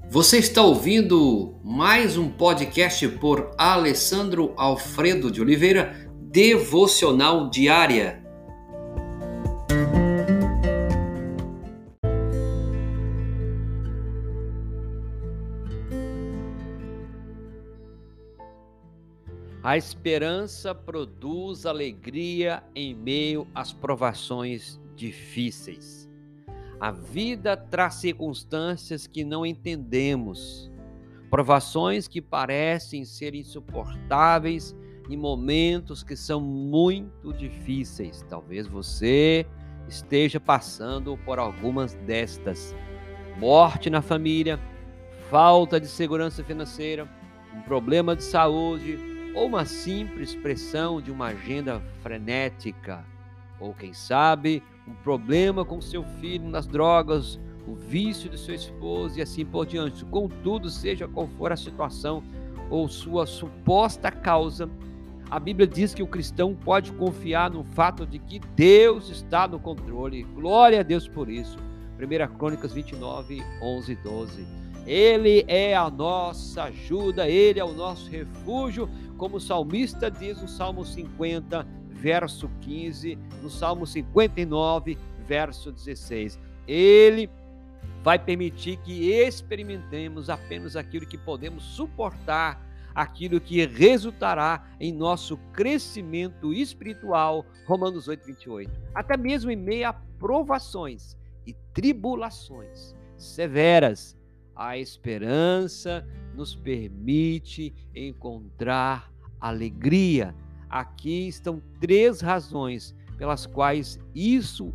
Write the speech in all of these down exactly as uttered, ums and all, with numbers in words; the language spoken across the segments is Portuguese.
Você está ouvindo mais um podcast por Alessandro Alfredo de Oliveira, Devocional Diária. A esperança produz alegria em meio às provações difíceis. A vida traz circunstâncias que não entendemos, provações que parecem ser insuportáveis em momentos que são muito difíceis. Talvez você esteja passando por algumas destas: morte na família, falta de segurança financeira, um problema de saúde ou uma simples pressão de uma agenda frenética. Ou quem sabe, um problema com seu filho nas drogas, o vício de sua esposa e assim por diante. Contudo, seja qual for a situação ou sua suposta causa, a Bíblia diz que o cristão pode confiar no fato de que Deus está no controle. Glória a Deus por isso. primeira Crônicas vinte e nove, onze e doze. Ele é a nossa ajuda, Ele é o nosso refúgio, como o salmista diz no Salmo cinquenta, verso quinze, no Salmo cinquenta e nove, verso dezesseis. Ele vai permitir que experimentemos apenas aquilo que podemos suportar, aquilo que resultará em nosso crescimento espiritual. Romanos oito, vinte e oito. Até mesmo em meio a provações e tribulações severas, a esperança nos permite encontrar alegria. Aqui estão três razões pelas quais isso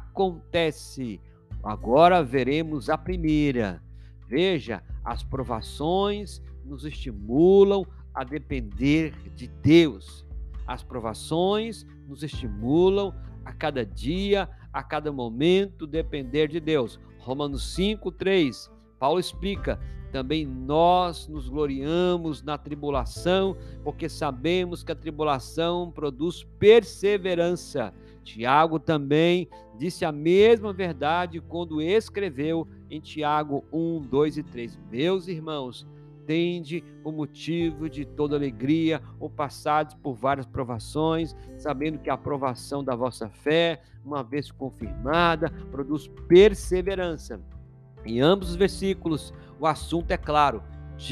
acontece. Agora veremos a primeira. Veja, as provações nos estimulam a depender de Deus. As provações nos estimulam a cada dia, a cada momento, depender de Deus. Romanos cinco, três. Paulo explica: também nós nos gloriamos na tribulação, porque sabemos que a tribulação produz perseverança. Tiago também disse a mesma verdade quando escreveu em Tiago um, dois e três. Meus irmãos, tende por motivo de toda alegria ou passados por várias provações, sabendo que a aprovação da vossa fé, uma vez confirmada, produz perseverança. Em ambos os versículos, o assunto é claro: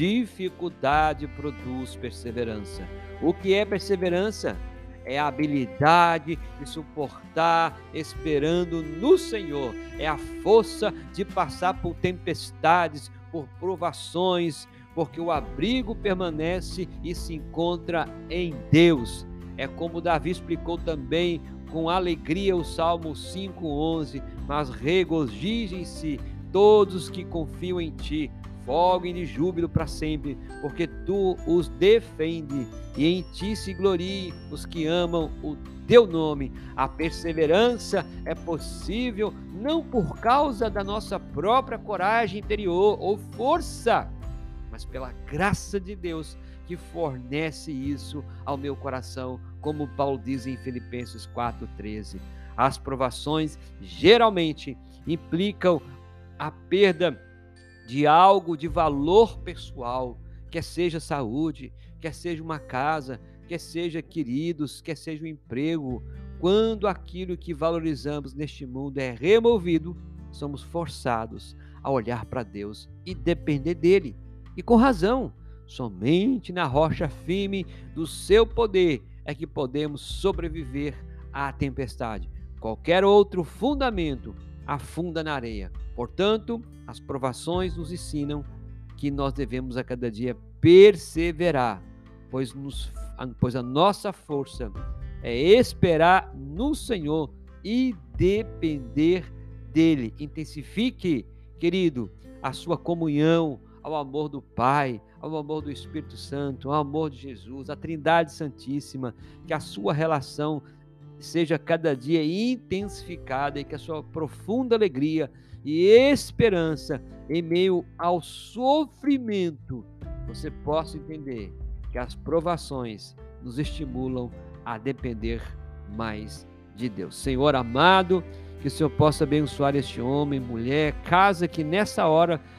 dificuldade produz perseverança. O que é perseverança? É a habilidade de suportar esperando no Senhor. É a força de passar por tempestades, por provações, porque o abrigo permanece e se encontra em Deus. É como Davi explicou também com alegria o Salmo cinco, onze: mas regozijem-se todos que confiam em ti, folguem de júbilo para sempre, porque tu os defende, e em ti se gloriem os que amam o teu nome. A perseverança é possível não por causa da nossa própria coragem interior ou força, mas pela graça de Deus que fornece isso ao meu coração, como Paulo diz em Filipenses quatro, treze. As provações geralmente implicam a perda de algo de valor pessoal, quer seja saúde, quer seja uma casa, quer seja queridos, quer seja um emprego. Quando aquilo que valorizamos neste mundo é removido, somos forçados a olhar para Deus e depender dele. E com razão, somente na rocha firme do seu poder é que podemos sobreviver à tempestade. Qualquer outro fundamento afunda na areia. Portanto, as provações nos ensinam que nós devemos a cada dia perseverar, pois, nos, pois a nossa força é esperar no Senhor e depender dele. Intensifique, querido, a sua comunhão ao amor do Pai, ao amor do Espírito Santo, ao amor de Jesus, a Trindade Santíssima, que a sua relação seja cada dia intensificada e que a sua profunda alegria e esperança em meio ao sofrimento, você possa entender que as provações nos estimulam a depender mais de Deus. Senhor amado, que o Senhor possa abençoar este homem, mulher, casa que nessa hora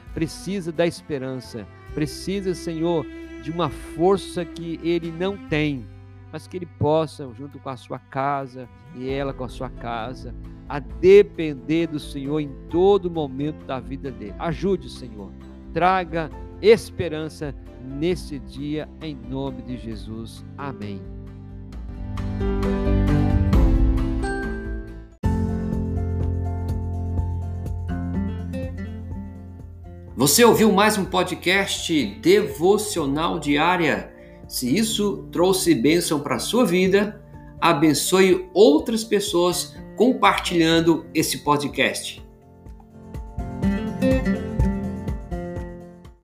precisa da esperança, precisa, Senhor, de uma força que ele não tem, mas que ele possa, junto com a sua casa e ela com a sua casa, a depender do Senhor em todo momento da vida dele. Ajude, Senhor, traga esperança nesse dia, em nome de Jesus. Amém. Você ouviu mais um podcast devocional diária? Se isso trouxe bênção para a sua vida, abençoe outras pessoas compartilhando esse podcast.